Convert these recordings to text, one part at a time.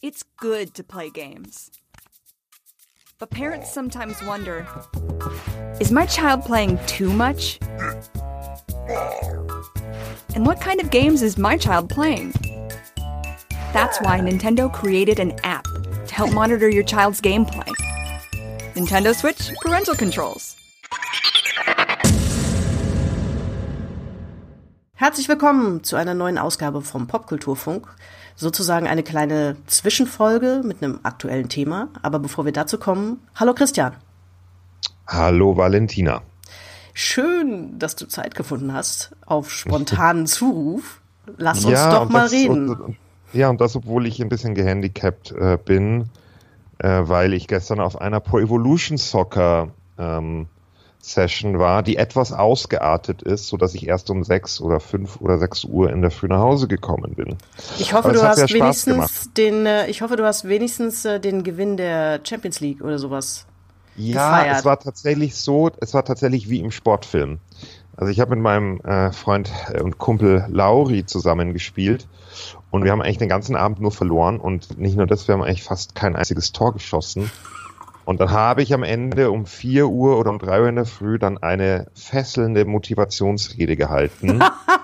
It's good to play games. But parents sometimes wonder, is my child playing too much? And what kind of games is my child playing? That's why Nintendo created an app to help monitor your child's gameplay. Nintendo Switch Parental Controls. Herzlich willkommen zu einer neuen Ausgabe vom Popkulturfunk. Sozusagen eine kleine Zwischenfolge mit einem aktuellen Thema. Aber bevor wir dazu kommen, hallo Christian. Hallo Valentina. Schön, dass du Zeit gefunden hast auf spontanen Zuruf. Lass uns doch mal reden. Und das, obwohl ich ein bisschen gehandicapt bin, weil ich gestern auf einer Pro Evolution Soccer Session war, die etwas ausgeartet ist, sodass ich erst um 6 oder 5 oder 6 Uhr in der Früh nach Hause gekommen bin. Ich hoffe, du hast wenigstens den Gewinn der Champions League oder sowas gefeiert. Es war tatsächlich wie im Sportfilm. Also ich habe mit meinem Freund und Kumpel Lauri zusammen gespielt und wir haben eigentlich den ganzen Abend nur verloren und nicht nur das, wir haben eigentlich fast kein einziges Tor geschossen. Und dann habe ich am Ende um 4 Uhr oder um 3 Uhr in der Früh dann eine fesselnde Motivationsrede gehalten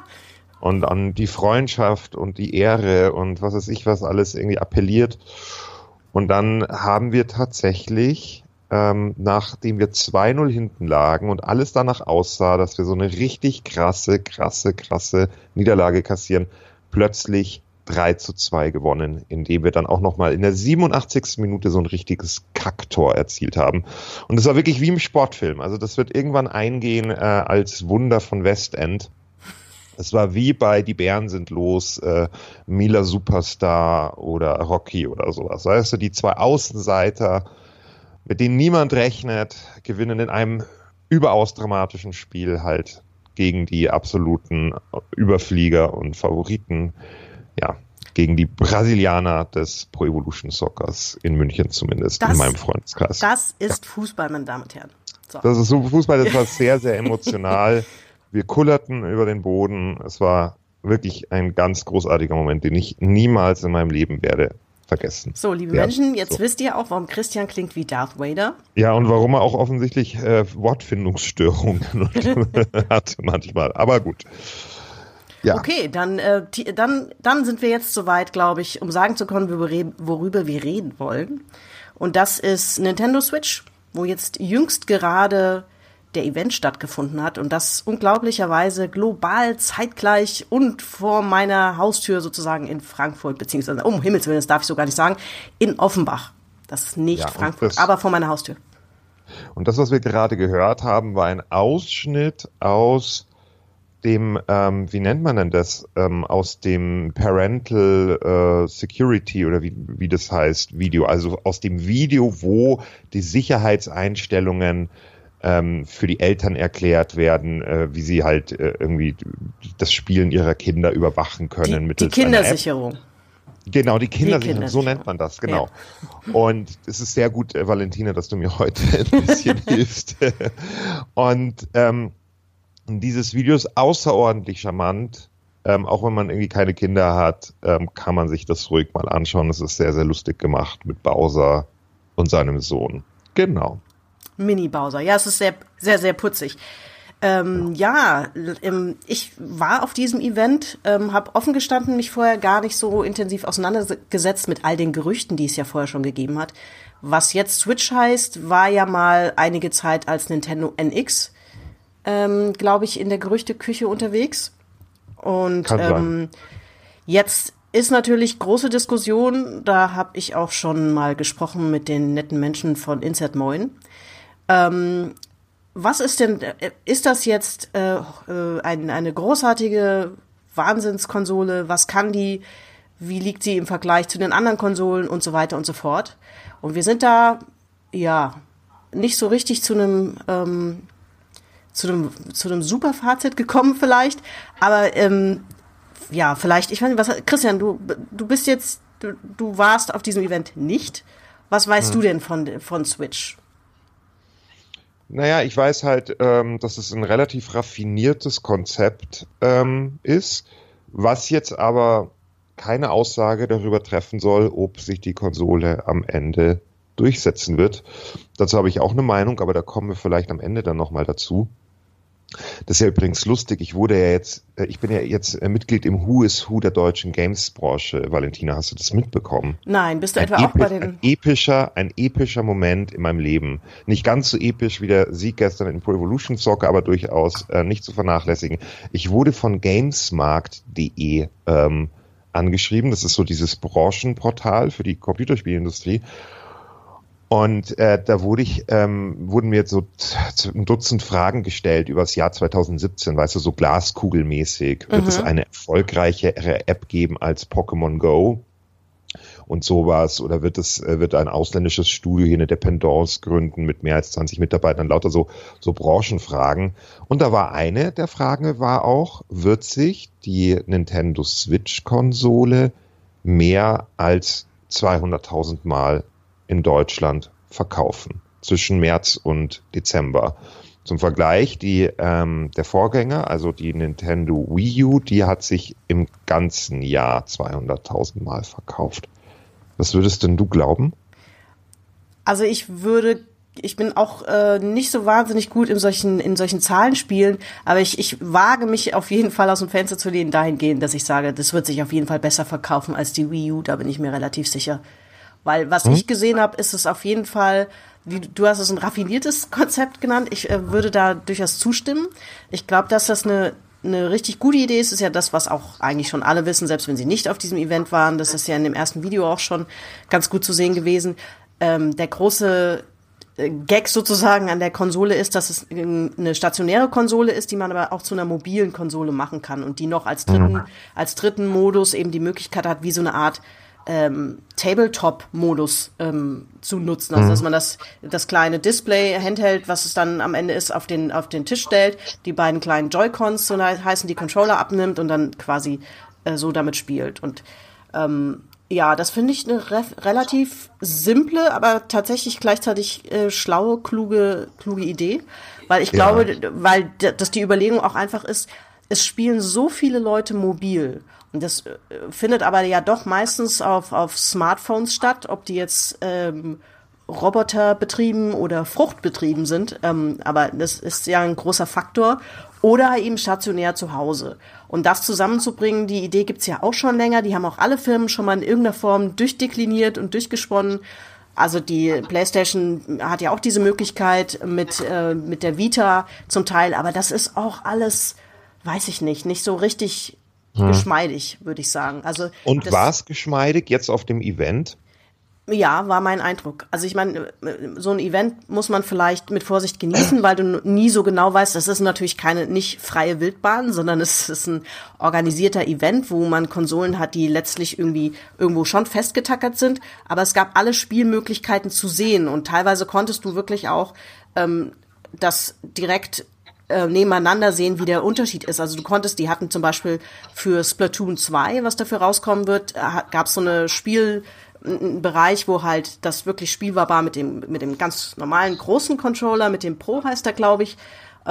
und an die Freundschaft und die Ehre und was weiß ich was alles irgendwie appelliert. Und dann haben wir tatsächlich, nachdem wir 2-0 hinten lagen und alles danach aussah, dass wir so eine richtig krasse Niederlage kassieren, plötzlich 3-2 gewonnen, indem wir dann auch nochmal in der 87. Minute so ein richtiges Kacktor erzielt haben. Und es war wirklich wie im Sportfilm. Also das wird irgendwann eingehen als Wunder von Westend. Es war wie bei Die Bären sind los, Mila Superstar oder Rocky oder sowas. Weißt du, die zwei Außenseiter, mit denen niemand rechnet, gewinnen in einem überaus dramatischen Spiel halt gegen die absoluten Überflieger und Favoriten. Ja, gegen die Brasilianer des Pro Evolution Soccers in München zumindest, in meinem Freundeskreis. Das ist Fußball, meine Damen und Herren. So. Das ist so Fußball, das war sehr, sehr emotional. Wir kullerten über den Boden. Es war wirklich ein ganz großartiger Moment, den ich niemals in meinem Leben werde vergessen. So, liebe Menschen, jetzt wisst ihr auch, warum Christian klingt wie Darth Vader. Ja, und warum er auch offensichtlich Wortfindungsstörungen hat manchmal. Aber gut. Ja. Okay, dann sind wir jetzt soweit, glaube ich, um sagen zu können, worüber wir reden wollen. Und das ist Nintendo Switch, wo jetzt jüngst gerade der Event stattgefunden hat und das unglaublicherweise global zeitgleich und vor meiner Haustür sozusagen in Frankfurt, beziehungsweise, um Himmels Willen, das darf ich so gar nicht sagen, in Offenbach. Das ist nicht Frankfurt, aber vor meiner Haustür. Und das, was wir gerade gehört haben, war ein Ausschnitt aus dem, wie nennt man denn das, aus dem Parental Security oder wie das heißt, Video, also aus dem Video, wo die Sicherheitseinstellungen für die Eltern erklärt werden, wie sie halt irgendwie das Spielen ihrer Kinder überwachen können. Die Kindersicherung. Genau, die Kindersicherung, so nennt man das, genau. Ja. Und es ist sehr gut, Valentina, dass du mir heute ein bisschen hilfst. Und dieses Video ist außerordentlich charmant. Auch wenn man irgendwie keine Kinder hat, kann man sich das ruhig mal anschauen. Es ist sehr, sehr lustig gemacht mit Bowser und seinem Sohn. Genau. Mini Bowser. Ja, es ist sehr, sehr, sehr putzig. Ich war auf diesem Event, habe offen gestanden, mich vorher gar nicht so intensiv auseinandergesetzt mit all den Gerüchten, die es ja vorher schon gegeben hat. Was jetzt Switch heißt, war ja mal einige Zeit als Nintendo NX, glaube ich, in der Gerüchteküche unterwegs. Und jetzt ist natürlich große Diskussion, da habe ich auch schon mal gesprochen mit den netten Menschen von Insert Moin. Was ist denn, ist das jetzt eine großartige Wahnsinnskonsole? Was kann die? Wie liegt sie im Vergleich zu den anderen Konsolen und so weiter und so fort? Und wir sind da, ja, nicht so richtig zu einem super Fazit gekommen vielleicht, aber ja, vielleicht, ich weiß nicht, was, Christian, du bist jetzt, du warst auf diesem Event nicht. Was weißt du denn von Switch? Naja, ich weiß halt, dass es ein relativ raffiniertes Konzept ist, was jetzt aber keine Aussage darüber treffen soll, ob sich die Konsole am Ende durchsetzen wird. Dazu habe ich auch eine Meinung, aber da kommen wir vielleicht am Ende dann nochmal dazu. Das ist ja übrigens lustig. Ich bin ja jetzt Mitglied im Who is Who der deutschen Games-Branche. Valentina, hast du das mitbekommen? Nein, bist du etwa auch bei den... Ein epischer Moment in meinem Leben. Nicht ganz so episch wie der Sieg gestern in Pro Evolution Soccer, aber durchaus nicht zu vernachlässigen. Ich wurde von Gamesmarkt.de angeschrieben. Das ist so dieses Branchenportal für die Computerspielindustrie. Und da wurden mir so ein Dutzend Fragen gestellt über das Jahr 2017, weißt du, so glaskugelmäßig. Wird es eine erfolgreichere App geben als Pokémon Go und sowas? Oder wird ein ausländisches Studio hier eine Dependance gründen mit mehr als 20 Mitarbeitern? Lauter so Branchenfragen. Und da war eine der Fragen auch, wird sich die Nintendo Switch-Konsole mehr als 200.000 Mal in Deutschland verkaufen, zwischen März und Dezember. Zum Vergleich, der Vorgänger, also die Nintendo Wii U, die hat sich im ganzen Jahr 200.000 Mal verkauft. Was würdest denn du glauben? Also ich bin auch nicht so wahnsinnig gut in solchen Zahlenspielen, aber ich wage mich auf jeden Fall aus dem Fenster zu lehnen dahingehend, dass ich sage, das wird sich auf jeden Fall besser verkaufen als die Wii U, da bin ich mir relativ sicher. Weil was ich gesehen habe, ist es auf jeden Fall, du hast es ein raffiniertes Konzept genannt. Ich würde da durchaus zustimmen. Ich glaube, dass das eine richtig gute Idee ist. Das ist ja das, was auch eigentlich schon alle wissen, selbst wenn sie nicht auf diesem Event waren. Das ist ja in dem ersten Video auch schon ganz gut zu sehen gewesen. Der große Gag sozusagen an der Konsole ist, dass es eine stationäre Konsole ist, die man aber auch zu einer mobilen Konsole machen kann und die noch als dritten Modus eben die Möglichkeit hat, wie so eine Art Tabletop-Modus zu nutzen. Also dass man das kleine Display, Handheld, was es dann am Ende ist, auf den Tisch stellt, die beiden kleinen Joy-Cons, so heißen, die Controller abnimmt und dann quasi so damit spielt. Und ja, das finde ich eine relativ simple, aber tatsächlich gleichzeitig schlaue, kluge Idee. Weil ich glaube, weil das die Überlegung auch einfach ist, es spielen so viele Leute mobil. Und das findet aber ja doch meistens auf Smartphones statt, ob die jetzt roboterbetrieben oder fruchtbetrieben sind. Aber das ist ja ein großer Faktor. Oder eben stationär zu Hause. Und das zusammenzubringen, die Idee gibt's ja auch schon länger. Die haben auch alle Firmen schon mal in irgendeiner Form durchdekliniert und durchgesponnen. Also die PlayStation hat ja auch diese Möglichkeit mit der Vita zum Teil. Aber das ist auch alles, weiß ich nicht so richtig geschmeidig, würde ich sagen. Also und war es geschmeidig jetzt auf dem Event? Ja, war mein Eindruck. Also ich meine, so ein Event muss man vielleicht mit Vorsicht genießen, weil du nie so genau weißt, das ist natürlich nicht freie Wildbahn, sondern es ist ein organisierter Event, wo man Konsolen hat, die letztlich irgendwie irgendwo schon festgetackert sind. Aber es gab alle Spielmöglichkeiten zu sehen und teilweise konntest du wirklich auch das direkt nebeneinander sehen, wie der Unterschied ist. Also die hatten zum Beispiel für Splatoon 2, was dafür rauskommen wird, gab es so eine Bereich, wo halt das wirklich spielbar war mit dem ganz normalen großen Controller, mit dem Pro heißt er, glaube ich,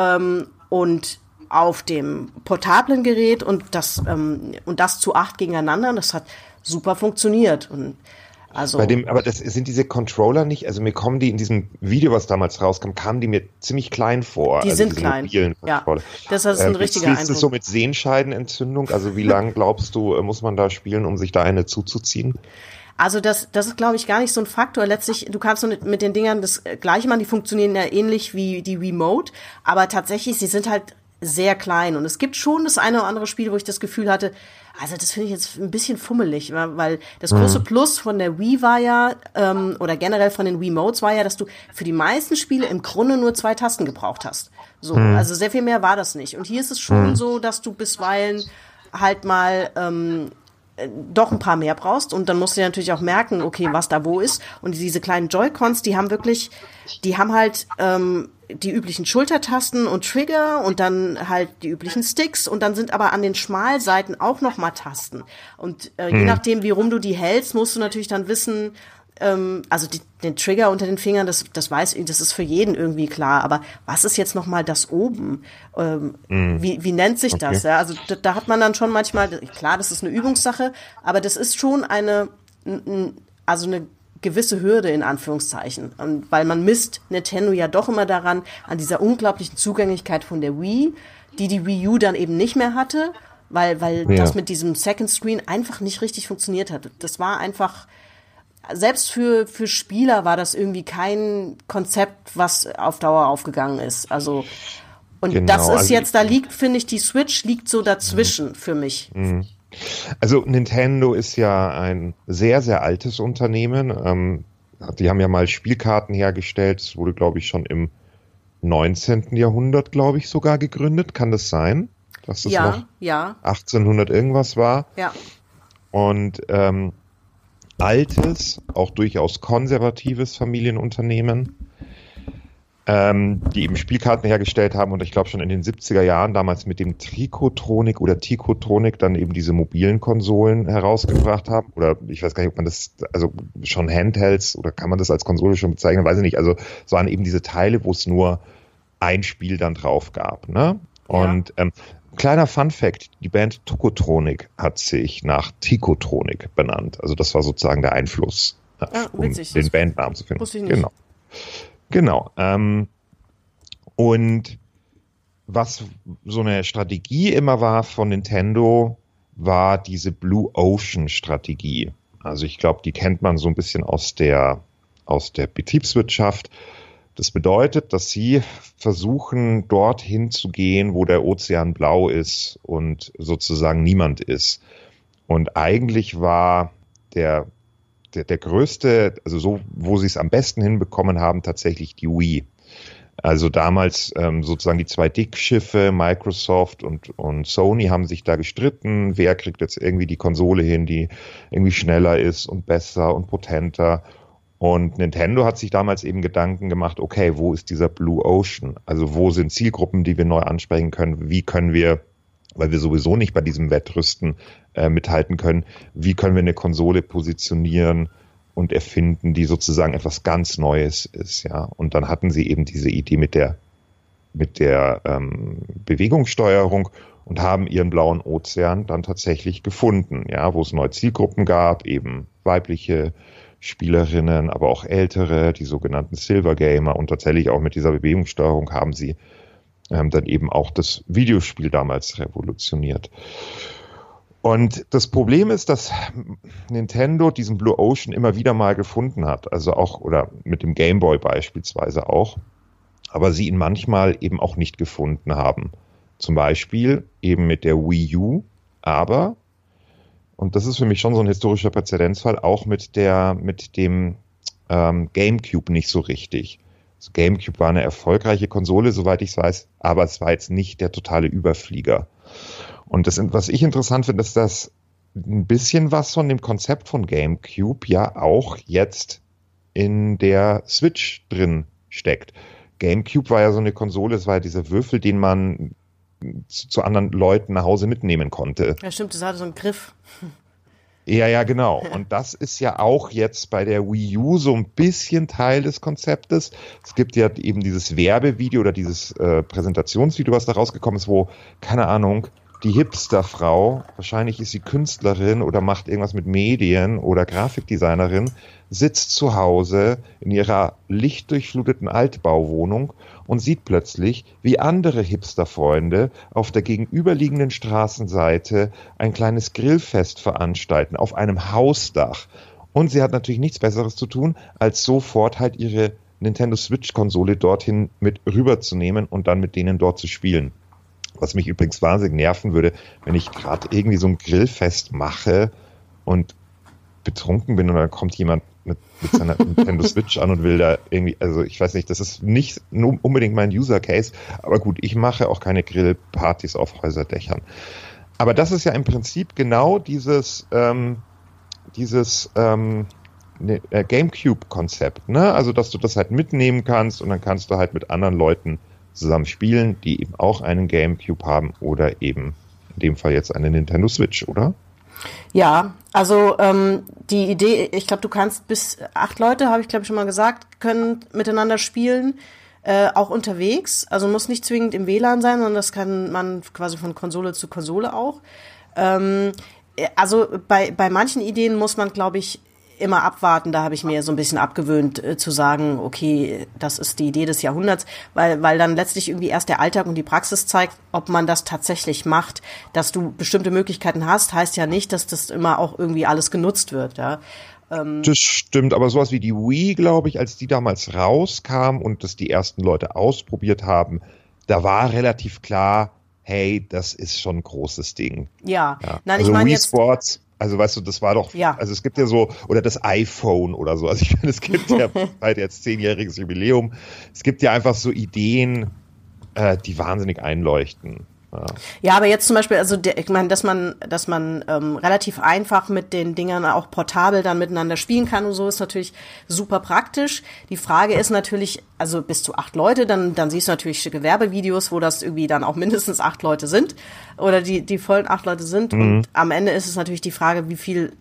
und auf dem portablen Gerät und das zu 8 gegeneinander. Das hat super funktioniert und also aber das sind diese Controller nicht, also mir kommen die in diesem Video, was damals rauskam, kamen die mir ziemlich klein vor. Die sind klein, ja. Das ist ein richtiger Eindruck. Ist das so mit Sehenscheidenentzündung? Also wie lang glaubst du, muss man da spielen, um sich da eine zuzuziehen? Also das ist, glaube ich, gar nicht so ein Faktor. Letztlich, du kannst mit den Dingern das Gleiche machen, die funktionieren ja ähnlich wie die Remote, aber tatsächlich, sie sind halt sehr klein. Und es gibt schon das eine oder andere Spiel, wo ich das Gefühl hatte, also das finde ich jetzt ein bisschen fummelig, weil das große Plus von der Wii war ja, oder generell von den Wiimotes war ja, dass du für die meisten Spiele im Grunde nur 2 Tasten gebraucht hast. So, also sehr viel mehr war das nicht. Und hier ist es schon so, dass du bisweilen halt mal doch ein paar mehr brauchst und dann musst du ja natürlich auch merken, okay, was da wo ist. Und diese kleinen Joy-Cons, die haben halt die üblichen Schultertasten und Trigger und dann halt die üblichen Sticks und dann sind aber an den Schmalseiten auch noch mal Tasten. Und je nachdem, wie rum du die hältst, musst du natürlich dann wissen, also den Trigger unter den Fingern, das weiß ich, das ist für jeden irgendwie klar. Aber was ist jetzt nochmal das oben? Wie nennt sich das? Ja, also da hat man dann schon manchmal, klar, das ist eine Übungssache, aber das ist schon eine gewisse Hürde in Anführungszeichen. Und weil man misst Nintendo ja doch immer daran, an dieser unglaublichen Zugänglichkeit von der Wii, die Wii U dann eben nicht mehr hatte, weil das mit diesem Second Screen einfach nicht richtig funktioniert hat. Das war einfach, selbst für Spieler war das irgendwie kein Konzept, was auf Dauer aufgegangen ist. Also, und genau, das ist also jetzt, da liegt, finde ich, die Switch liegt so dazwischen für mich. Also Nintendo ist ja ein sehr, sehr altes Unternehmen. Die haben ja mal Spielkarten hergestellt. Das wurde, glaube ich, schon im 19. Jahrhundert, glaube ich, sogar gegründet. Kann das sein? Dass das noch 1800 irgendwas war? Ja. Und altes, auch durchaus konservatives Familienunternehmen, die eben Spielkarten hergestellt haben und ich glaube schon in den 70er Jahren damals mit dem Tricotronic oder Ticotronic dann eben diese mobilen Konsolen herausgebracht haben. Oder ich weiß gar nicht, ob man das, also schon Handhelds oder kann man das als Konsole schon bezeichnen, weiß ich nicht. Also es waren eben diese Teile, wo es nur ein Spiel dann drauf gab. Ne? Und kleiner Fun-Fact, die Band Tokotronic hat sich nach Ticotronic benannt. Also das war sozusagen der Einfluss, um den Bandnamen zu finden. Wusste ich nicht. Genau. Und was so eine Strategie immer war von Nintendo, war diese Blue Ocean Strategie. Also ich glaube, die kennt man so ein bisschen aus der Betriebswirtschaft. Das bedeutet, dass sie versuchen, dorthin zu gehen, wo der Ozean blau ist und sozusagen niemand ist. Und eigentlich war der größte, also so, wo sie es am besten hinbekommen haben, tatsächlich die Wii. Also damals sozusagen die zwei Dickschiffe, Microsoft und Sony haben sich da gestritten, wer kriegt jetzt irgendwie die Konsole hin, die irgendwie schneller ist und besser und potenter. Und Nintendo hat sich damals eben Gedanken gemacht, okay, wo ist dieser Blue Ocean? Also wo sind Zielgruppen, die wir neu ansprechen können? Wie können wir, weil wir sowieso nicht bei diesem Wettrüsten mithalten können, wie können wir eine Konsole positionieren und erfinden, die sozusagen etwas ganz Neues ist, ja? Und dann hatten sie eben diese Idee mit der Bewegungssteuerung und haben ihren blauen Ozean dann tatsächlich gefunden, ja, wo es neue Zielgruppen gab, eben weibliche Spielerinnen, aber auch ältere, die sogenannten Silver Gamer, und tatsächlich auch mit dieser Bewegungssteuerung haben sie dann eben auch das Videospiel damals revolutioniert. Und das Problem ist, dass Nintendo diesen Blue Ocean immer wieder mal gefunden hat, also auch, oder mit dem Game Boy beispielsweise auch, aber sie ihn manchmal eben auch nicht gefunden haben. Zum Beispiel eben mit der Wii U, aber, und das ist für mich schon so ein historischer Präzedenzfall, auch mit dem GameCube nicht so richtig. Also GameCube war eine erfolgreiche Konsole, soweit ich weiß, aber es war jetzt nicht der totale Überflieger. Und was ich interessant finde, ist, dass ein bisschen was von dem Konzept von GameCube ja auch jetzt in der Switch drin steckt. GameCube war ja so eine Konsole, es war ja dieser Würfel, den man zu anderen Leuten nach Hause mitnehmen konnte. Ja, stimmt, das hatte so einen Griff. Ja, genau. Und das ist ja auch jetzt bei der Wii U so ein bisschen Teil des Konzeptes. Es gibt ja eben dieses Werbevideo oder dieses Präsentationsvideo, was da rausgekommen ist, wo, keine Ahnung, die Hipsterfrau, wahrscheinlich ist sie Künstlerin oder macht irgendwas mit Medien oder Grafikdesignerin, sitzt zu Hause in ihrer lichtdurchfluteten Altbauwohnung und sieht plötzlich, wie andere Hipsterfreunde auf der gegenüberliegenden Straßenseite ein kleines Grillfest veranstalten auf einem Hausdach. Und sie hat natürlich nichts Besseres zu tun, als sofort halt ihre Nintendo Switch-Konsole dorthin mit rüberzunehmen und dann mit denen dort zu spielen. Was mich übrigens wahnsinnig nerven würde, wenn ich gerade irgendwie so ein Grillfest mache und betrunken bin und dann kommt jemand mit seiner Nintendo Switch an und will da irgendwie, also ich weiß nicht, das ist nicht unbedingt mein User Case, aber gut, ich mache auch keine Grillpartys auf Häuserdächern. Aber das ist ja im Prinzip genau dieses GameCube-Konzept, ne? Also, dass du das halt mitnehmen kannst und dann kannst du halt mit anderen Leuten zusammen spielen, die eben auch einen GameCube haben oder eben in dem Fall jetzt eine Nintendo Switch, oder? Ja, also die Idee, ich glaube, du kannst bis 8 Leute, habe ich glaube ich schon mal gesagt, können miteinander spielen, auch unterwegs. Also muss nicht zwingend im WLAN sein, sondern das kann man quasi von Konsole zu Konsole auch. Also bei manchen Ideen muss man, glaube ich, immer abwarten. Da habe ich mir so ein bisschen abgewöhnt, zu sagen, okay, das ist die Idee des Jahrhunderts, weil dann letztlich irgendwie erst der Alltag und die Praxis zeigt, ob man das tatsächlich macht. Dass du bestimmte Möglichkeiten hast, heißt ja nicht, dass das immer auch irgendwie alles genutzt wird, ja. Das stimmt, aber sowas wie die Wii, glaube ich, als die damals rauskam und das die ersten Leute ausprobiert haben, da war relativ klar, hey, das ist schon ein großes Ding. Ja. Nein, also ich meine Wii jetzt Sports, also weißt du, das war doch, ja. Also es gibt ja so, oder das iPhone oder so, also ich meine, es gibt ja bald jetzt 10-jähriges Jubiläum, es gibt ja einfach so Ideen, die wahnsinnig einleuchten. Ja, aber jetzt zum Beispiel, also ich meine, dass man relativ einfach mit den Dingern auch portabel dann miteinander spielen kann und so, ist natürlich super praktisch. Die Frage ist natürlich, also bis zu 8 Leute, dann siehst du natürlich schicke Werbevideos, wo das irgendwie dann auch mindestens 8 Leute sind oder die vollen 8 Leute sind. Und am Ende ist es natürlich die Frage, wie viel,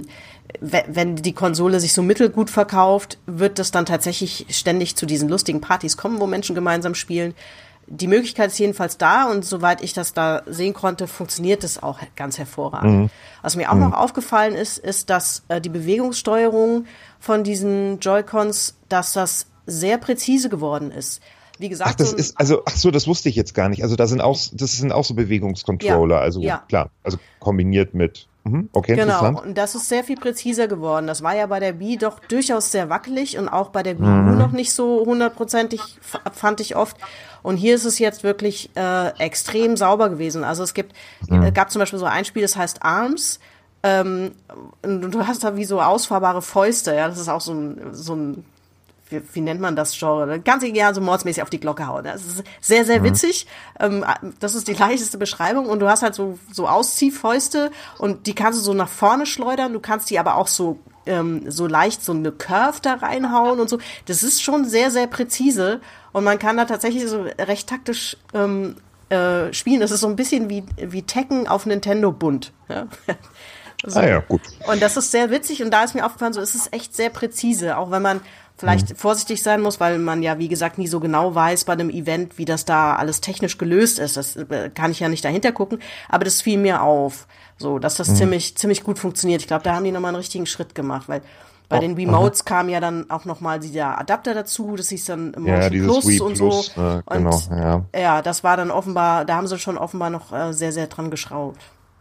wenn die Konsole sich so mittelgut verkauft, wird das dann tatsächlich ständig zu diesen lustigen Partys kommen, wo Menschen gemeinsam spielen. Die Möglichkeit ist jedenfalls da und soweit ich das da sehen konnte, funktioniert das auch ganz hervorragend. Was mir auch noch aufgefallen ist, dass die Bewegungssteuerung von diesen Joy-Cons, dass das sehr präzise geworden ist. Wie gesagt, das wusste ich jetzt gar nicht. Also das sind auch so Bewegungscontroller, klar, also kombiniert mit. Okay, genau, interessant. und das ist sehr viel präziser geworden. Das war ja bei der Wii doch durchaus sehr wackelig und auch bei der Wii U noch nicht so 100%ig, fand ich oft. Und hier ist es jetzt wirklich extrem sauber gewesen. Also es gab zum Beispiel so ein Spiel, das heißt Arms. Und du hast da wie so ausfahrbare Fäuste. Ja, das ist auch so ein wie nennt man das Genre? Ganz egal, so mordsmäßig auf die Glocke hauen. Das ist sehr, sehr witzig. Das ist die leichteste Beschreibung. Und du hast halt so Ausziehfäuste und die kannst du so nach vorne schleudern. Du kannst die aber auch so leicht so eine Curve da reinhauen und so. Das ist schon sehr, sehr präzise. Und man kann da tatsächlich so recht taktisch spielen. Das ist so ein bisschen wie Tekken auf Nintendo bunt. Ja? So. Ja, gut. Und das ist sehr witzig. Und da ist mir aufgefallen, so ist es echt sehr präzise. Auch wenn man vielleicht vorsichtig sein muss, weil man ja, wie gesagt, nie so genau weiß bei einem Event, wie das da alles technisch gelöst ist. Das kann ich ja nicht dahinter gucken. Aber das fiel mir auf, so, dass das ziemlich gut funktioniert. Ich glaube, da haben die nochmal einen richtigen Schritt gemacht, weil bei den Remotes kam ja dann auch nochmal dieser Adapter dazu. Das hieß dann Motion Plus Wii und Plus, so. Genau, ja, das war dann offenbar, da haben sie schon offenbar noch sehr, sehr dran geschraubt.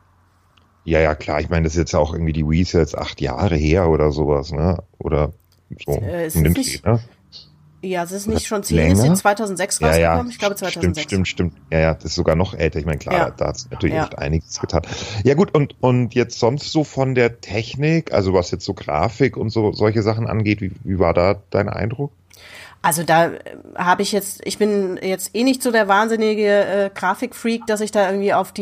Ja, klar. Ich meine, das ist jetzt auch irgendwie, die Wii ist jetzt 8 Jahre her oder sowas, ne? Oder so. Ne? Ja, es ist nicht schon 10, ist in 2006 rausgekommen? Ich glaube 2006. Stimmt. Ja, das ist sogar noch älter. Ich meine, klar, da hat es natürlich echt einiges getan. Ja gut, und jetzt sonst so von der Technik, also was jetzt so Grafik und so solche Sachen angeht, wie war da dein Eindruck? Also da ich bin jetzt nicht so der wahnsinnige Grafikfreak, dass ich da irgendwie auf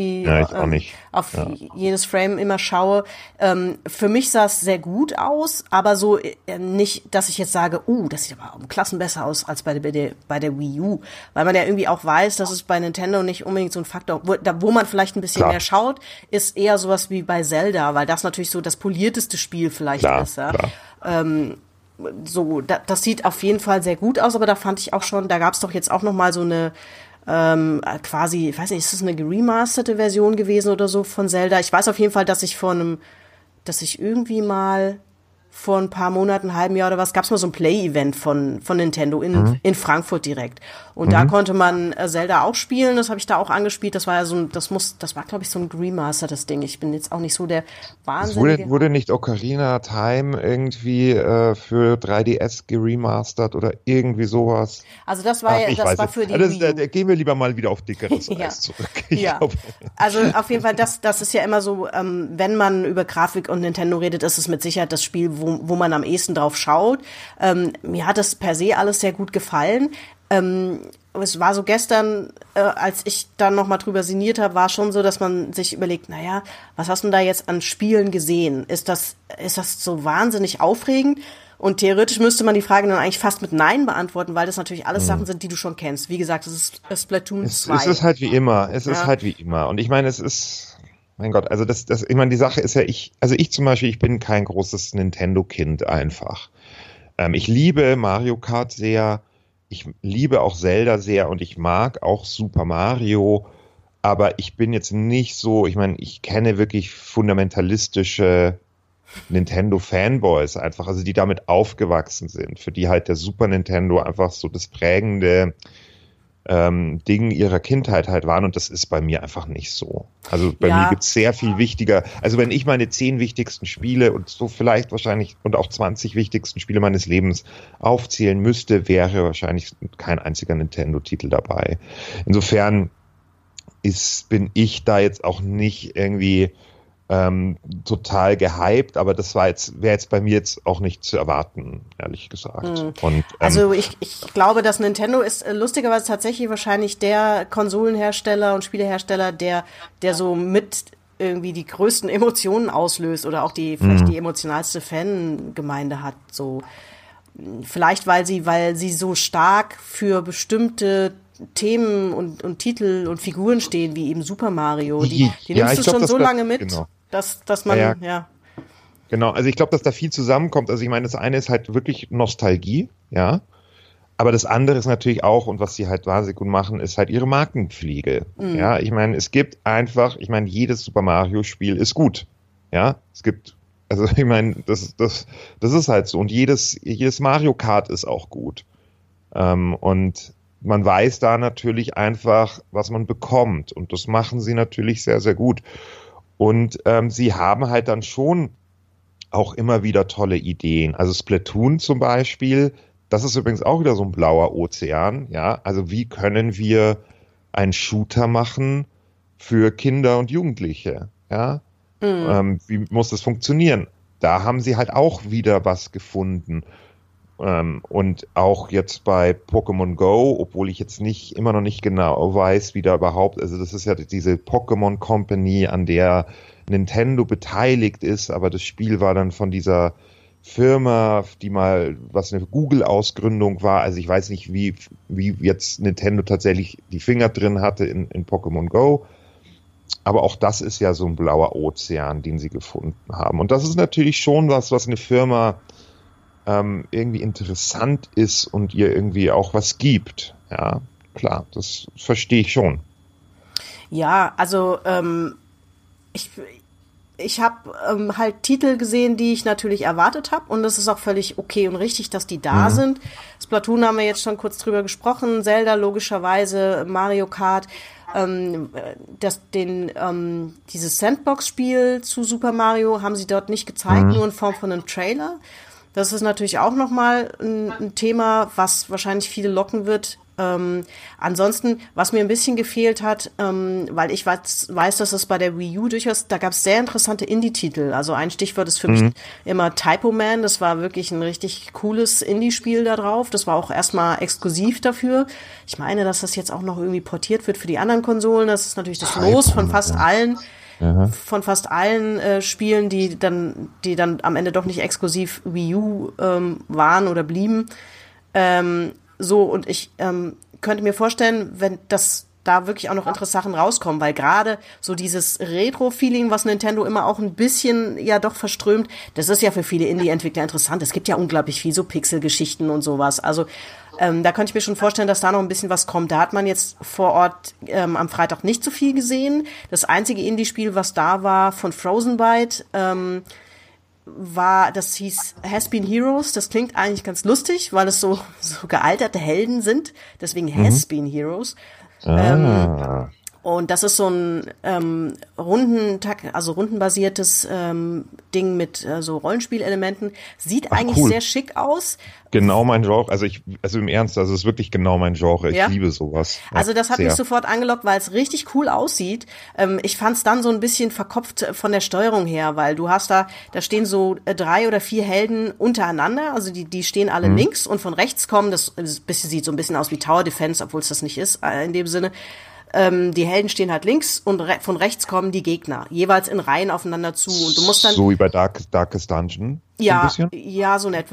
jedes Frame immer schaue. Für mich sah es sehr gut aus, aber so nicht, dass ich jetzt sage, das sieht aber um Klassen besser aus als bei der Wii U, weil man ja irgendwie auch weiß, dass es bei Nintendo nicht unbedingt so ein Faktor, wo man vielleicht ein bisschen mehr schaut, ist eher sowas wie bei Zelda, weil das natürlich so das polierteste Spiel vielleicht ist. Ja. So, das sieht auf jeden Fall sehr gut aus, aber da fand ich auch schon, da gab es doch jetzt auch noch mal so eine quasi, ich weiß nicht, ist das eine geremasterte Version gewesen oder so von Zelda? Ich weiß auf jeden Fall, dass ich irgendwie mal vor ein paar Monaten, halben Jahr oder was, gab es mal so ein Play-Event von Nintendo in Frankfurt direkt. Und da konnte man Zelda auch spielen, das habe ich da auch angespielt. Das war ja das war, glaube ich, so ein remastertes Ding. Ich bin jetzt auch nicht so der Wahnsinnige. Wurde nicht Ocarina of Time irgendwie für 3DS geremastert oder irgendwie sowas? Also das war war für die Wii U. Da gehen wir lieber mal wieder auf dickeres Eis zurück. Also auf jeden Fall, das ist ja immer so, wenn man über Grafik und Nintendo redet, ist es mit Sicherheit das Spiel, wo man am ehesten drauf schaut. Mir hat das per se alles sehr gut gefallen. Es war so gestern, als ich dann noch mal drüber sinniert habe, war schon so, dass man sich überlegt, naja, was hast du denn da jetzt an Spielen gesehen? Ist das so wahnsinnig aufregend? Und theoretisch müsste man die Frage dann eigentlich fast mit Nein beantworten, weil das natürlich alles Sachen sind, die du schon kennst. Wie gesagt, das ist Splatoon 2. Es ist halt wie immer. Und ich meine, es ist mein Gott, also ich meine, die Sache ist ja, ich zum Beispiel, ich bin kein großes Nintendo-Kind einfach. Ich liebe Mario Kart sehr, ich liebe auch Zelda sehr und ich mag auch Super Mario, aber ich bin jetzt nicht so, ich meine, ich kenne wirklich fundamentalistische Nintendo-Fanboys einfach, also die damit aufgewachsen sind, für die halt der Super Nintendo einfach so das prägende Ding ihrer Kindheit halt waren und das ist bei mir einfach nicht so. Also bei mir gibt's sehr viel wichtiger, also wenn ich meine 10 wichtigsten Spiele und so vielleicht wahrscheinlich und auch 20 wichtigsten Spiele meines Lebens aufzählen müsste, wäre wahrscheinlich kein einziger Nintendo-Titel dabei. Insofern bin ich da jetzt auch nicht irgendwie total gehypt, aber das wäre jetzt bei mir jetzt auch nicht zu erwarten, ehrlich gesagt. Und, also ich glaube, dass Nintendo ist lustigerweise tatsächlich wahrscheinlich der Konsolenhersteller und Spielehersteller, der so mit irgendwie die größten Emotionen auslöst oder auch vielleicht die emotionalste Fangemeinde hat. So vielleicht weil sie so stark für bestimmte Themen und Titel und Figuren stehen, wie eben Super Mario. Die nimmst du schon so lange mit. Genau. Dass man, Genau, also ich glaube, dass da viel zusammenkommt. Also ich meine, das eine ist halt wirklich Nostalgie, ja. Aber das andere ist natürlich auch, und was sie halt wahnsinnig gut machen, ist halt ihre Markenpflege. Ja, ich meine, es gibt einfach, jedes Super Mario Spiel ist gut. Ja, also ich meine, das ist halt so. Und jedes Mario Kart ist auch gut. Und man weiß da natürlich einfach, was man bekommt. Und das machen sie natürlich sehr, sehr gut. Und sie haben halt dann schon auch immer wieder tolle Ideen. Also Splatoon zum Beispiel, das ist übrigens auch wieder so ein blauer Ozean. Ja, also wie können wir einen Shooter machen für Kinder und Jugendliche? Ja, wie muss das funktionieren? Da haben sie halt auch wieder was gefunden. Und auch jetzt bei Pokémon Go, obwohl ich jetzt immer noch nicht genau weiß, wie da überhaupt, also das ist ja diese Pokémon Company, an der Nintendo beteiligt ist, aber das Spiel war dann von dieser Firma, was eine Google-Ausgründung war, also ich weiß nicht, wie jetzt Nintendo tatsächlich die Finger drin hatte in Pokémon Go, aber auch das ist ja so ein blauer Ozean, den sie gefunden haben. Und das ist natürlich schon was eine Firma irgendwie interessant ist und ihr irgendwie auch was gibt. Ja, klar, das verstehe ich schon. Ja, also ich habe halt Titel gesehen, die ich natürlich erwartet habe und es ist auch völlig okay und richtig, dass die da sind. Splatoon haben wir jetzt schon kurz drüber gesprochen, Zelda logischerweise, Mario Kart, dieses Sandbox-Spiel zu Super Mario haben sie dort nicht gezeigt, nur in Form von einem Trailer. Das ist natürlich auch nochmal ein Thema, was wahrscheinlich viele locken wird. Ansonsten, was mir ein bisschen gefehlt hat, weil ich weiß, dass es bei der Wii U durchaus, da gab es sehr interessante Indie-Titel. Also ein Stichwort ist für mich immer Typo Man. Das war wirklich ein richtig cooles Indie-Spiel da drauf. Das war auch erstmal exklusiv dafür. Ich meine, dass das jetzt auch noch irgendwie portiert wird für die anderen Konsolen. Das ist natürlich das Los von fast allen. Von fast allen Spielen, die dann am Ende doch nicht exklusiv Wii U waren oder blieben. Und ich könnte mir vorstellen, wenn das da wirklich auch noch interessante Sachen rauskommen, weil gerade so dieses Retro-Feeling, was Nintendo immer auch ein bisschen ja doch verströmt, das ist ja für viele Indie-Entwickler interessant. Es gibt ja unglaublich viel so Pixel-Geschichten und sowas. Also da könnte ich mir schon vorstellen, dass da noch ein bisschen was kommt. Da hat man jetzt vor Ort am Freitag nicht so viel gesehen. Das einzige Indie-Spiel, was da war von Frozen Byte, das hieß Has Been Heroes. Das klingt eigentlich ganz lustig, weil es so gealterte Helden sind. Deswegen Has Been Heroes. Und das ist so ein rundenbasiertes Ding mit so Rollenspielelementen. Sieht eigentlich cool. Sehr schick aus. Genau mein Genre. Also im Ernst, also es ist wirklich genau mein Genre. Ich liebe sowas. Ja, also das hat mich sofort angelockt, weil es richtig cool aussieht. Ich fand es dann so ein bisschen verkopft von der Steuerung her, weil du hast da stehen so 3 oder 4 Helden untereinander. Also die stehen alle links und von rechts kommen. Das sieht so ein bisschen aus wie Tower Defense, obwohl es das nicht ist in dem Sinne. Die Helden stehen halt links und von rechts kommen die Gegner, jeweils in Reihen aufeinander zu und du musst dann... So wie bei Darkest Dungeon? Ja, so in etwa.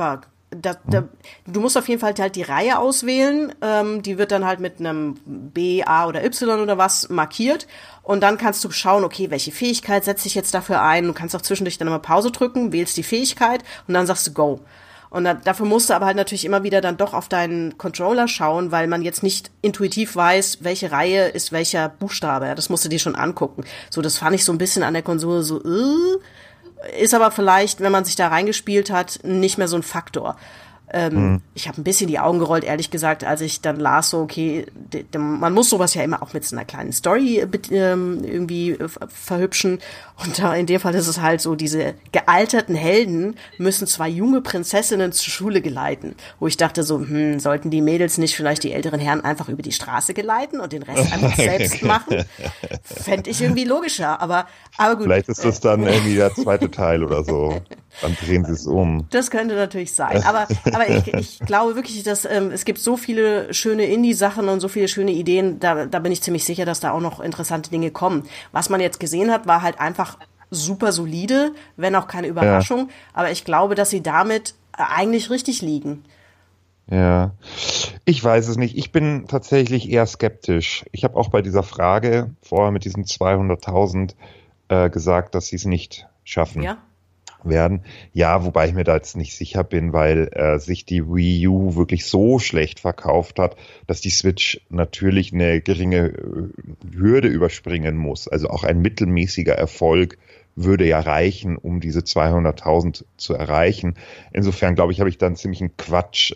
Du musst auf jeden Fall halt die Reihe auswählen. Die wird dann halt mit einem B, A oder Y oder was markiert. Und dann kannst du schauen, okay, welche Fähigkeit setze ich jetzt dafür ein. Du kannst auch zwischendurch dann immer Pause drücken, wählst die Fähigkeit und dann sagst du Go. Und dafür musst du aber halt natürlich immer wieder dann doch auf deinen Controller schauen, weil man jetzt nicht intuitiv weiß, welche Reihe ist welcher Buchstabe. Das musst du dir schon angucken. So, das fand ich so ein bisschen an der Konsole so, ist aber vielleicht, wenn man sich da reingespielt hat, nicht mehr so ein Faktor. Ich habe ein bisschen die Augen gerollt, ehrlich gesagt, als ich dann las, so, okay, man muss sowas ja immer auch mit so einer kleinen Story irgendwie verhübschen. Und da in dem Fall ist es halt so, diese gealterten Helden müssen 2 junge Prinzessinnen zur Schule geleiten. Wo ich dachte so, sollten die Mädels nicht vielleicht die älteren Herren einfach über die Straße geleiten und den Rest einfach selbst machen? Fände ich irgendwie logischer, aber gut. Vielleicht ist das dann irgendwie der zweite Teil oder so. Dann drehen sie es um. Das könnte natürlich sein, aber ich glaube wirklich, dass es gibt so viele schöne Indie-Sachen und so viele schöne Ideen, da bin ich ziemlich sicher, dass da auch noch interessante Dinge kommen. Was man jetzt gesehen hat, war halt einfach super solide, wenn auch keine Überraschung, ja. Aber ich glaube, dass sie damit eigentlich richtig liegen. Ja, ich weiß es nicht. Ich bin tatsächlich eher skeptisch. Ich habe auch bei dieser Frage vorher mit diesen 200.000 gesagt, dass sie es nicht schaffen. Ja. Werden. Ja, wobei ich mir da jetzt nicht sicher bin, weil sich die Wii U wirklich so schlecht verkauft hat, dass die Switch natürlich eine geringe Hürde überspringen muss. Also auch ein mittelmäßiger Erfolg würde ja reichen, um diese 200.000 zu erreichen. Insofern, glaube ich, habe ich dann ziemlich einen Quatsch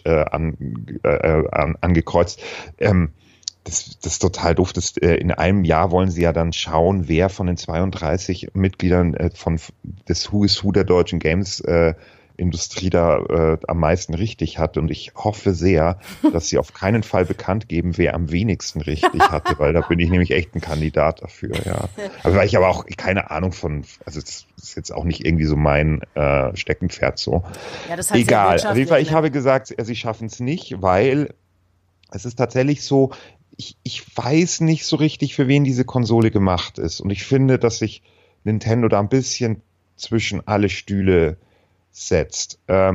angekreuzt. Das ist total doof. In einem Jahr wollen sie ja dann schauen, wer von den 32 Mitgliedern des Who is Who der deutschen Games-Industrie da am meisten richtig hatte. Und ich hoffe sehr, dass sie auf keinen Fall bekannt geben, wer am wenigsten richtig hatte, weil da bin ich nämlich echt ein Kandidat dafür, ja. Aber weil ich aber auch keine Ahnung also das ist jetzt auch nicht irgendwie so mein Steckenpferd so. Ja, das heißt egal. Auf jeden Fall, ich habe gesagt, sie schaffen es nicht, weil es ist tatsächlich so, ich weiß nicht so richtig, für wen diese Konsole gemacht ist. Und ich finde, dass sich Nintendo da ein bisschen zwischen alle Stühle setzt.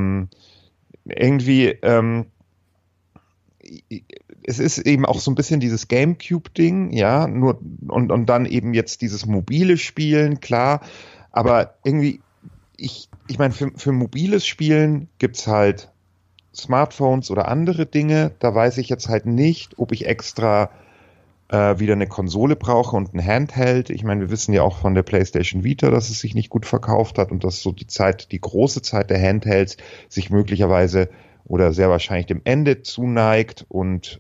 Es ist eben auch so ein bisschen dieses GameCube-Ding, ja, nur und dann eben jetzt dieses mobile Spielen, klar. Aber irgendwie, ich meine, für mobiles Spielen gibt's halt Smartphones oder andere Dinge, da weiß ich jetzt halt nicht, ob ich extra wieder eine Konsole brauche und ein Handheld. Ich meine, wir wissen ja auch von der PlayStation Vita, dass es sich nicht gut verkauft hat und dass so die große Zeit der Handhelds sich möglicherweise oder sehr wahrscheinlich dem Ende zuneigt und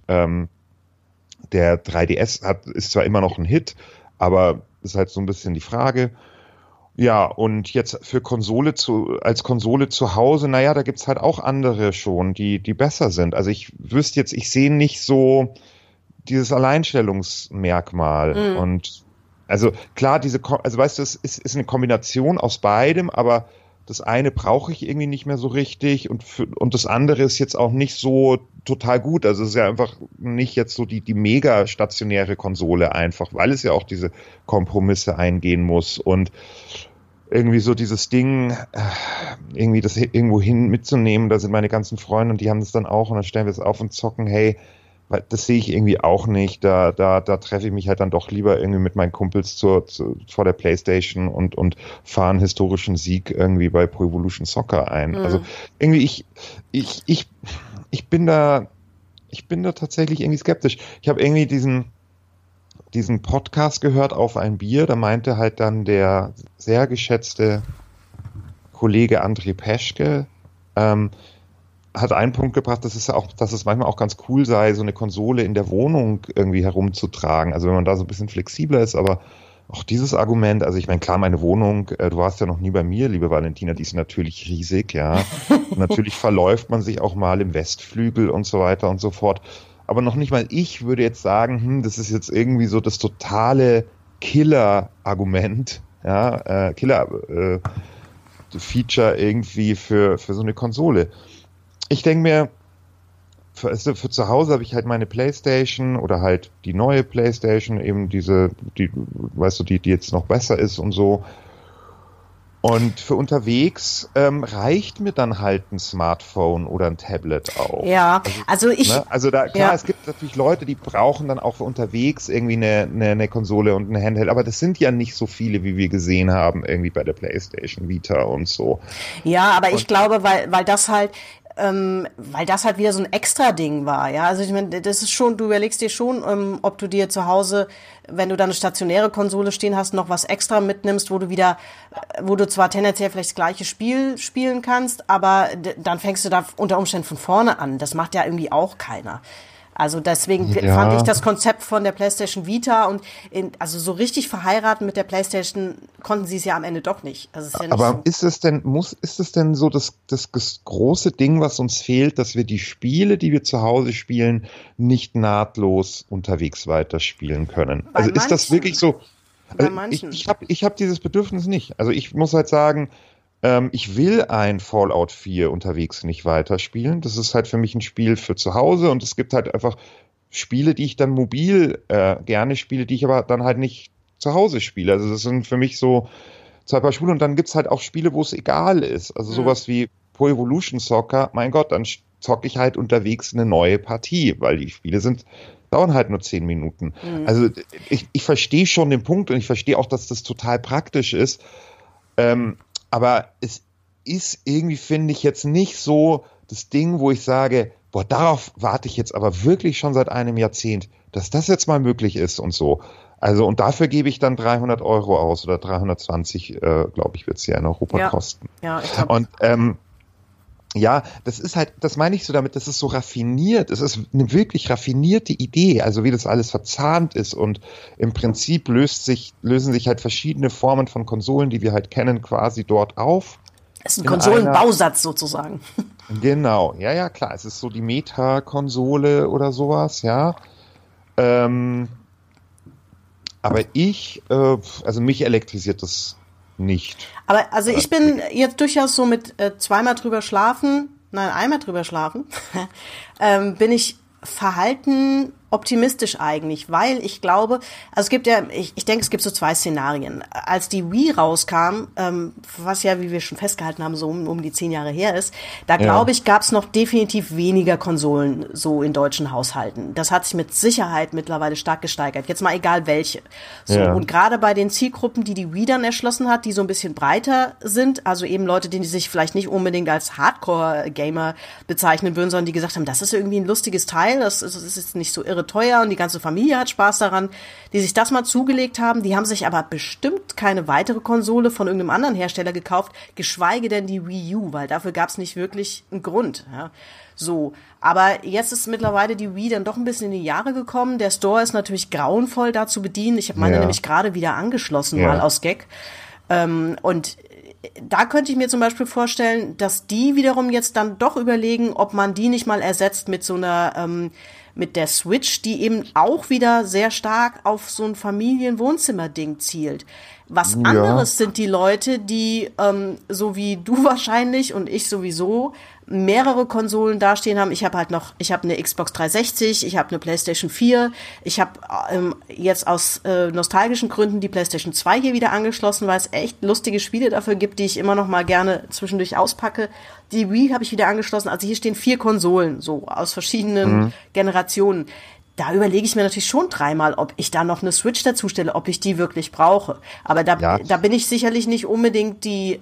der 3DS ist zwar immer noch ein Hit, aber ist halt so ein bisschen die Frage. Ja, und jetzt für als Konsole zu Hause, naja, da gibt's halt auch andere schon, die besser sind. Also ich wüsste jetzt, ich sehe nicht so dieses Alleinstellungsmerkmal. Und also klar, also weißt du, es ist eine Kombination aus beidem, aber das eine brauche ich irgendwie nicht mehr so richtig und das andere ist jetzt auch nicht so total gut. Also es ist ja einfach nicht jetzt so die mega stationäre Konsole einfach, weil es ja auch diese Kompromisse eingehen muss und irgendwie so dieses Ding, irgendwie das irgendwo hin mitzunehmen, da sind meine ganzen Freunde und die haben das dann auch und dann stellen wir es auf und zocken, hey, weil das sehe ich irgendwie auch nicht, da treffe ich mich halt dann doch lieber irgendwie mit meinen Kumpels vor der Playstation und fahre einen historischen Sieg irgendwie bei Pro Evolution Soccer ein. Also irgendwie ich bin da tatsächlich irgendwie skeptisch. Ich habe irgendwie diesen Podcast gehört auf ein Bier, da meinte halt dann der sehr geschätzte Kollege André Peschke, hat einen Punkt gebracht, dass es manchmal auch ganz cool sei, so eine Konsole in der Wohnung irgendwie herumzutragen. Also wenn man da so ein bisschen flexibler ist, aber auch dieses Argument, also ich meine, klar, meine Wohnung, du warst ja noch nie bei mir, liebe Valentina, die ist natürlich riesig, ja. Und natürlich verläuft man sich auch mal im Westflügel und so weiter und so fort. Aber noch nicht mal ich würde jetzt sagen, das ist jetzt irgendwie so das totale Killer-Argument, ja, Feature irgendwie für so eine Konsole. Ich denke mir, für zu Hause habe ich halt meine Playstation oder halt die neue Playstation, eben die jetzt noch besser ist und so. Und für unterwegs reicht mir dann halt ein Smartphone oder ein Tablet auch. Ja, also es gibt natürlich Leute, die brauchen dann auch für unterwegs irgendwie eine Konsole und ein Handheld, aber das sind ja nicht so viele, wie wir gesehen haben, irgendwie bei der PlayStation Vita und so. Ja, aber ich glaube, weil das halt wieder so ein Extra-Ding war, ja. Also ich meine, das ist schon, du überlegst dir schon, ob du dir zu Hause, wenn du da eine stationäre Konsole stehen hast, noch was extra mitnimmst, wo du zwar tendenziell vielleicht das gleiche Spiel spielen kannst, aber dann fängst du da unter Umständen von vorne an. Das macht ja irgendwie auch keiner. Also deswegen fand ich das Konzept von der PlayStation Vita also so richtig verheiraten mit der PlayStation konnten sie es ja am Ende doch nicht. Also ist ja nicht aber so. ist es denn so das große Ding, was uns fehlt, dass wir die Spiele, die wir zu Hause spielen, nicht nahtlos unterwegs weiterspielen können? Also ist das wirklich so? Also ich hab dieses Bedürfnis nicht. Also ich muss halt sagen, ich will ein Fallout 4 unterwegs nicht weiterspielen. Das ist halt für mich ein Spiel für zu Hause und es gibt halt einfach Spiele, die ich dann mobil gerne spiele, die ich aber dann halt nicht zu Hause spiele. Also das sind für mich so zwei Paar Schuhe und dann gibt's halt auch Spiele, wo es egal ist. Also sowas wie Pro Evolution Soccer, mein Gott, dann zocke ich halt unterwegs eine neue Partie, weil die Spiele dauern halt nur 10 Minuten. Also ich verstehe schon den Punkt und ich verstehe auch, dass das total praktisch ist. Aber es ist irgendwie, finde ich, jetzt nicht so das Ding, wo ich sage, boah, darauf warte ich jetzt aber wirklich schon seit einem Jahrzehnt, dass das jetzt mal möglich ist und so. Also, und dafür gebe ich dann 300 Euro aus oder 320, glaube ich, wird es hier in Europa kosten. Ja, ich glaube. Und das ist halt, das meine ich so damit, das ist so raffiniert. Es ist eine wirklich raffinierte Idee, also wie das alles verzahnt ist und im Prinzip lösen sich halt verschiedene Formen von Konsolen, die wir halt kennen, quasi dort auf. Das ist ein Konsolenbausatz sozusagen. Genau, ja, klar. Es ist so die Meta-Konsole oder sowas, ja. Aber also mich elektrisiert das nicht. Aber also ich bin jetzt durchaus so mit einmal drüber schlafen, bin ich verhalten optimistisch eigentlich, weil ich glaube, also es gibt ja, ich denke, es gibt so zwei Szenarien. Als die Wii rauskam, was ja, wie wir schon festgehalten haben, so um die 10 Jahre her ist, da glaube ich, gab es noch definitiv weniger Konsolen so in deutschen Haushalten. Das hat sich mit Sicherheit mittlerweile stark gesteigert. Jetzt mal egal welche. So, und gerade bei den Zielgruppen, die Wii dann erschlossen hat, die so ein bisschen breiter sind, also eben Leute, die sich vielleicht nicht unbedingt als Hardcore-Gamer bezeichnen würden, sondern die gesagt haben, das ist irgendwie ein lustiges Teil, das ist jetzt nicht so irre teuer und die ganze Familie hat Spaß daran, die sich das mal zugelegt haben, die haben sich aber bestimmt keine weitere Konsole von irgendeinem anderen Hersteller gekauft, geschweige denn die Wii U, weil dafür gab es nicht wirklich einen Grund. Ja. So, aber jetzt ist mittlerweile die Wii dann doch ein bisschen in die Jahre gekommen. Der Store ist natürlich grauenvoll da zu bedienen. Ich habe meine nämlich gerade wieder angeschlossen, mal aus Gag. Und da könnte ich mir zum Beispiel vorstellen, dass die wiederum jetzt dann doch überlegen, ob man die nicht mal ersetzt mit so einer mit der Switch, die eben auch wieder sehr stark auf so ein Familien-Wohnzimmer-Ding zielt. Was anderes sind die Leute, die, so wie du wahrscheinlich und ich sowieso, mehrere Konsolen dastehen haben. Ich habe eine Xbox 360, ich habe eine PlayStation 4, ich habe jetzt aus nostalgischen Gründen die PlayStation 2 hier wieder angeschlossen, weil es echt lustige Spiele dafür gibt, die ich immer noch mal gerne zwischendurch auspacke. Die Wii habe ich wieder angeschlossen. Also hier stehen 4 Konsolen, so aus verschiedenen Generationen. Da überlege ich mir natürlich schon dreimal, ob ich da noch eine Switch dazu stelle, ob ich die wirklich brauche. Aber da bin ich sicherlich nicht unbedingt die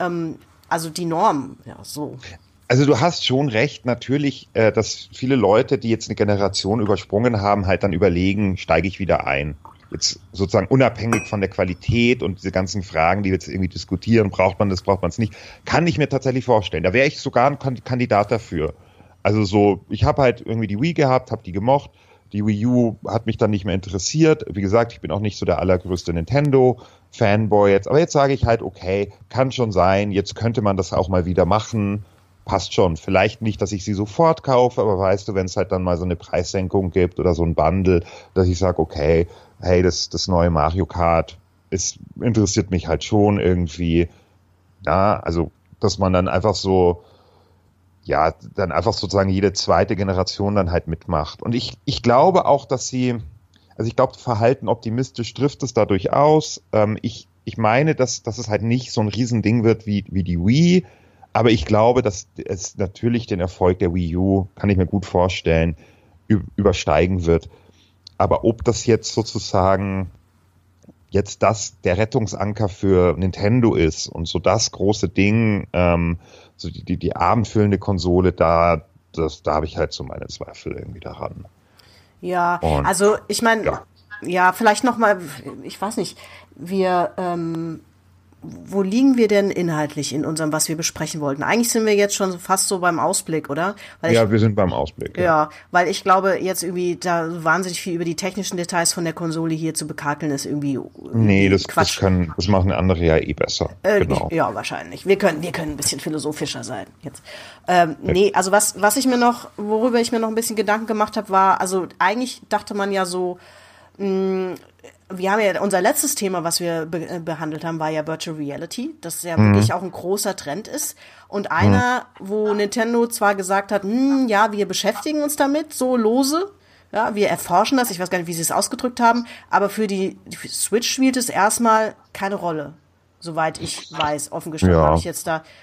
Norm. Ja, so. Also du hast schon recht, natürlich, dass viele Leute, die jetzt eine Generation übersprungen haben, halt dann überlegen, steige ich wieder ein. Jetzt sozusagen unabhängig von der Qualität und diese ganzen Fragen, die wir jetzt irgendwie diskutieren, braucht man das, braucht man es nicht, kann ich mir tatsächlich vorstellen. Da wäre ich sogar ein Kandidat dafür. Also so, ich habe halt irgendwie die Wii gehabt, habe die gemocht. Die Wii U hat mich dann nicht mehr interessiert. Wie gesagt, ich bin auch nicht so der allergrößte Nintendo-Fanboy jetzt. Aber jetzt sage ich halt, okay, kann schon sein. Jetzt könnte man das auch mal wieder machen. Passt schon. Vielleicht nicht, dass ich sie sofort kaufe, aber weißt du, wenn es halt dann mal so eine Preissenkung gibt oder so ein Bundle, dass ich sage, okay, hey, das neue Mario Kart, es interessiert mich halt schon irgendwie. Ja, also, dass man dann einfach so, ja, dann einfach sozusagen jede zweite Generation dann halt mitmacht. Und ich glaube auch, dass ich glaube, Verhalten optimistisch trifft es da durchaus. Ich ich meine, dass es halt nicht so ein Riesending wird wie die Wii, aber ich glaube, dass es natürlich den Erfolg der Wii U, kann ich mir gut vorstellen, übersteigen wird. Aber ob das jetzt sozusagen der Rettungsanker für Nintendo ist und so das große Ding, so die abendfüllende Konsole, da habe ich halt so meine Zweifel irgendwie daran. Ja, Und, also ich meine, ja, vielleicht noch mal, ich weiß nicht, wo liegen wir denn inhaltlich in unserem, was wir besprechen wollten? Eigentlich sind wir jetzt schon fast so beim Ausblick, oder? Wir sind beim Ausblick. Ja, weil ich glaube, jetzt irgendwie da wahnsinnig viel über die technischen Details von der Konsole hier zu bekakeln, ist irgendwie Nee, das Quatsch. das machen andere ja eh besser. Genau. Ja, wahrscheinlich. Wir können ein bisschen philosophischer sein jetzt. Nee, also worüber ich mir noch ein bisschen Gedanken gemacht habe, war, also eigentlich dachte man ja so, wir haben ja, unser letztes Thema, was wir behandelt haben, war ja Virtual Reality, das ja wirklich auch ein großer Trend ist. Und einer, wo Nintendo zwar gesagt hat, ja, wir beschäftigen uns damit, so lose, ja, wir erforschen das, ich weiß gar nicht, wie sie es ausgedrückt haben, aber für die Switch spielt es erstmal keine Rolle, soweit ich weiß. Offen gestanden habe ich jetzt da,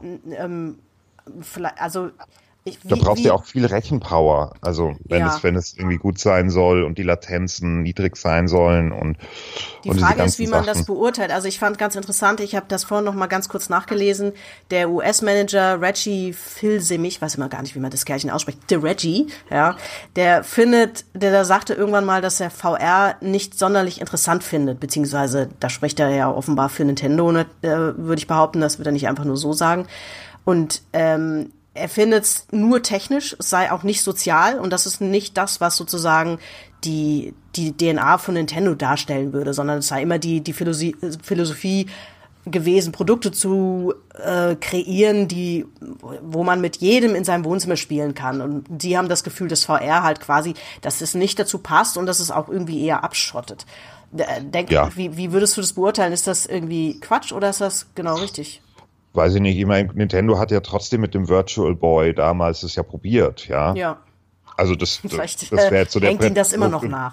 vielleicht, also, Da brauchst du ja auch viel Rechenpower, also wenn es irgendwie gut sein soll und die Latenzen niedrig sein sollen und die diese Frage ist, wie man Sachen. das beurteilt. Also ich fand ganz interessant, ich habe das vorhin noch mal ganz kurz nachgelesen, der US-Manager Reggie Fils-Aimé, ich weiß immer gar nicht, wie man das Kerlchen ausspricht, der Reggie, ja, der sagte irgendwann mal, dass er VR nicht sonderlich interessant findet, beziehungsweise da spricht er ja offenbar für Nintendo, ne, würde ich behaupten, das wird er nicht einfach nur so sagen. Und er findet es nur technisch, es sei auch nicht sozial und das ist nicht das, was sozusagen die DNA von Nintendo darstellen würde, sondern es sei immer die Philosophie gewesen, Produkte zu kreieren, wo man mit jedem in seinem Wohnzimmer spielen kann. Und die haben das Gefühl, dass VR halt quasi, dass es nicht dazu passt und dass es auch irgendwie eher abschottet. Wie würdest du das beurteilen? Ist das irgendwie Quatsch oder ist das genau richtig? Weiß ich nicht, ich meine, Nintendo hat ja trotzdem mit dem Virtual Boy damals das ja probiert, ja. Ja. Also das wäre jetzt so hängt Ihnen das immer noch nach?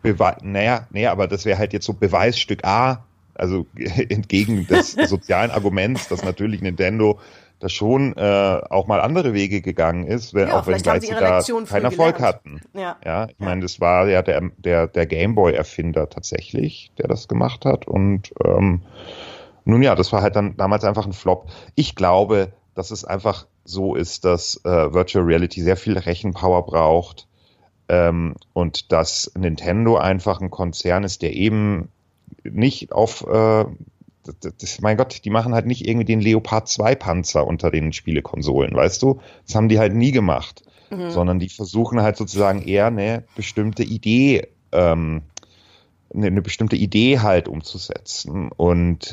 Aber das wäre halt jetzt so Beweisstück A, also entgegen des sozialen Arguments, dass natürlich Nintendo da schon auch mal andere Wege gegangen ist, auch wenn sie da keinen Erfolg hatten. Ja, ich meine, das war ja der Game Boy Erfinder tatsächlich, der das gemacht hat und nun ja, das war halt dann damals einfach ein Flop. Ich glaube, dass es einfach so ist, dass Virtual Reality sehr viel Rechenpower braucht und dass Nintendo einfach ein Konzern ist, der eben nicht auf, mein Gott, die machen halt nicht irgendwie den Leopard 2 Panzer unter den Spielekonsolen, weißt du? Das haben die halt nie gemacht, sondern die versuchen halt sozusagen eher eine bestimmte Idee halt umzusetzen. Und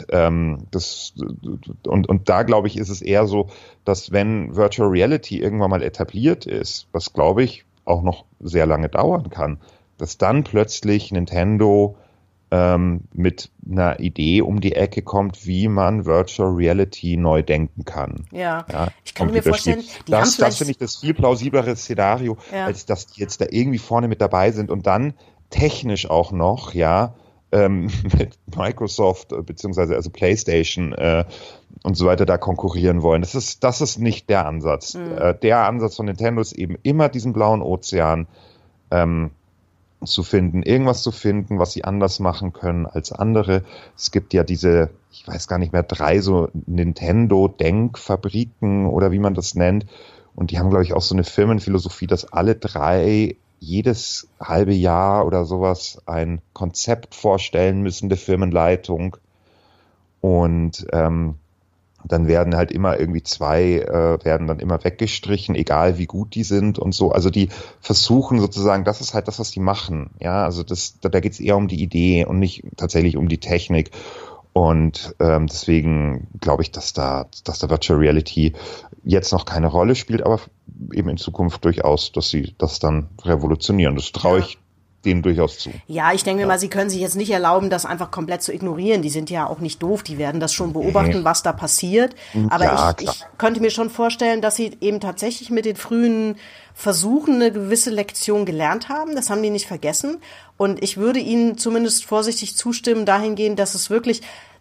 da glaube ich, ist es eher so, dass wenn Virtual Reality irgendwann mal etabliert ist, was glaube ich auch noch sehr lange dauern kann, dass dann plötzlich Nintendo mit einer Idee um die Ecke kommt, wie man Virtual Reality neu denken kann. Ja. Ich kann mir vorstellen, das finde ich das viel plausiblere Szenario, als dass die jetzt da irgendwie vorne mit dabei sind und dann technisch auch noch, mit Microsoft beziehungsweise also PlayStation und so weiter da konkurrieren wollen. Das ist nicht der Ansatz. Der Ansatz von Nintendo ist eben immer diesen blauen Ozean zu finden, irgendwas zu finden, was sie anders machen können als andere. Es gibt ja diese, ich weiß gar nicht mehr, 3 so Nintendo-Denkfabriken oder wie man das nennt. Und die haben, glaube ich, auch so eine Firmenphilosophie, dass alle 3 jedes halbe Jahr oder sowas ein Konzept vorstellen müssen, der Firmenleitung. Und dann werden halt immer irgendwie 2 werden dann immer weggestrichen, egal wie gut die sind und so. Also die versuchen sozusagen, das ist halt das, was die machen. Ja, also da geht es eher um die Idee und nicht tatsächlich um die Technik. Und deswegen glaube ich, dass da Virtual Reality jetzt noch keine Rolle spielt, aber eben in Zukunft durchaus, dass sie das dann revolutionieren. Das traue ich denen durchaus zu. Ja, ich denke mir mal, sie können sich jetzt nicht erlauben, das einfach komplett zu ignorieren. Die sind ja auch nicht doof, die werden das schon beobachten, was da passiert. Aber ich könnte mir schon vorstellen, dass sie eben tatsächlich mit den frühen Versuchen eine gewisse Lektion gelernt haben. Das haben die nicht vergessen. Und ich würde ihnen zumindest vorsichtig zustimmen dahingehend, dass es wirklich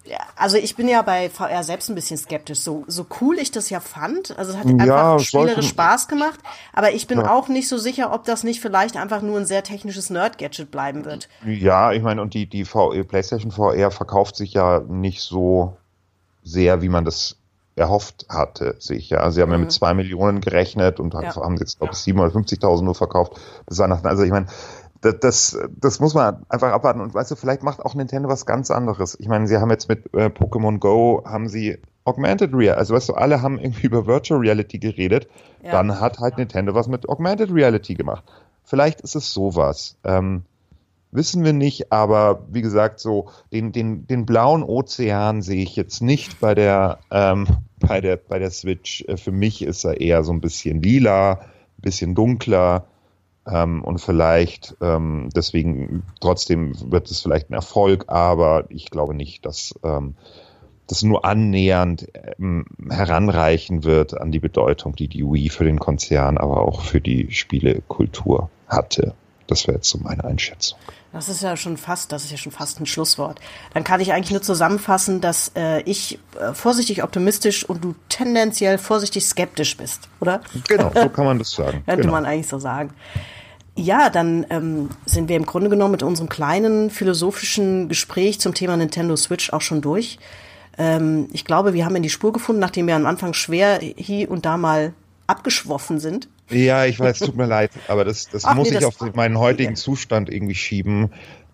Ja, also ich bin ja bei VR selbst ein bisschen skeptisch. So cool ich das ja fand, also es hat einfach spielerisch Spaß gemacht, aber ich bin auch nicht so sicher, ob das nicht vielleicht einfach nur ein sehr technisches Nerd-Gadget bleiben wird. Ja, ich meine, und die PlayStation VR verkauft sich ja nicht so sehr, wie man das erhofft hatte, sich. Ja. Sie haben ja mit 2 Millionen gerechnet und haben jetzt, glaube ich, 750.000 nur verkauft bis Weihnachten. Also ich meine, das muss man einfach abwarten. Und weißt du, vielleicht macht auch Nintendo was ganz anderes. Ich meine, sie haben jetzt mit Pokémon Go, haben sie Augmented Reality, also weißt du, alle haben irgendwie über Virtual Reality geredet. Ja. Dann hat halt Nintendo was mit Augmented Reality gemacht. Vielleicht ist es sowas. Wissen wir nicht, aber wie gesagt, so den blauen Ozean sehe ich jetzt nicht bei der Switch. Für mich ist er eher so ein bisschen lila, ein bisschen dunkler. Und vielleicht, deswegen trotzdem wird es vielleicht ein Erfolg, aber ich glaube nicht, dass das nur annähernd heranreichen wird an die Bedeutung, die Wii für den Konzern, aber auch für die Spielekultur hatte. Das wäre jetzt so meine Einschätzung. Das ist ja schon fast ein Schlusswort. Dann kann ich eigentlich nur zusammenfassen, dass ich vorsichtig optimistisch und du tendenziell vorsichtig skeptisch bist, oder? Genau, so kann man das sagen. Könnte man eigentlich so sagen. Ja, dann sind wir im Grunde genommen mit unserem kleinen philosophischen Gespräch zum Thema Nintendo Switch auch schon durch. Ich glaube, wir haben in die Spur gefunden, nachdem wir am Anfang schwer hier und da mal abgeschwoffen sind. Ja, ich weiß, tut mir leid, aber das muss ich auf meinen heutigen Zustand irgendwie schieben.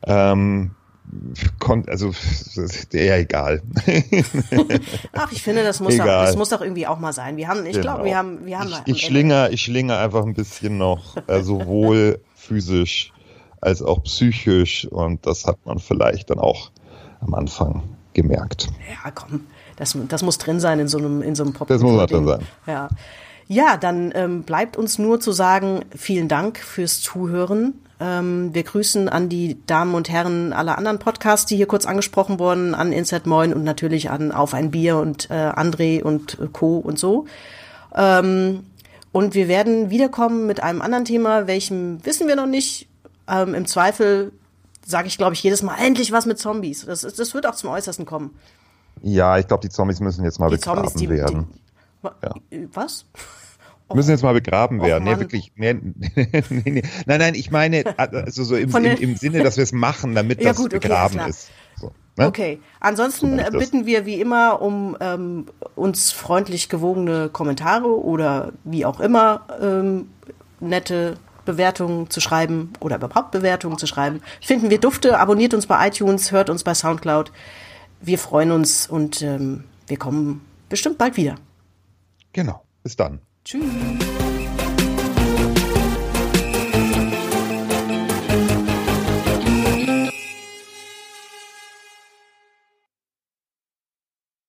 Also, ja, egal. Ach, ich finde, das muss doch irgendwie auch mal sein. Ich glaube, wir haben ich schlinge einfach ein bisschen noch, sowohl physisch als auch psychisch, und das hat man vielleicht dann auch am Anfang gemerkt. Ja, komm, das muss drin sein in so einem Pop. Das muss drin sein. Ja. Ja, dann bleibt uns nur zu sagen, vielen Dank fürs Zuhören. Wir grüßen an die Damen und Herren aller anderen Podcasts, die hier kurz angesprochen wurden, an Insert Moin und natürlich an Auf ein Bier und André und Co. und so. Und wir werden wiederkommen mit einem anderen Thema, welchem wissen wir noch nicht. Im Zweifel sage ich, glaube ich, jedes Mal, endlich was mit Zombies. Das wird auch zum Äußersten kommen. Ja, ich glaube, die Zombies müssen jetzt mal begraben werden. Was? Müssen jetzt mal begraben werden. Nee, wirklich. Nee. Nein, ich meine, also so im Sinne, dass wir es machen, damit das begraben ist. So, ne? Okay. Ansonsten bitten wir wie immer um uns freundlich gewogene Kommentare oder wie auch immer nette Bewertungen zu schreiben oder überhaupt Bewertungen zu schreiben. Finden wir dufte, abonniert uns bei iTunes, hört uns bei Soundcloud. Wir freuen uns und wir kommen bestimmt bald wieder. Genau. Bis dann. Tschüss.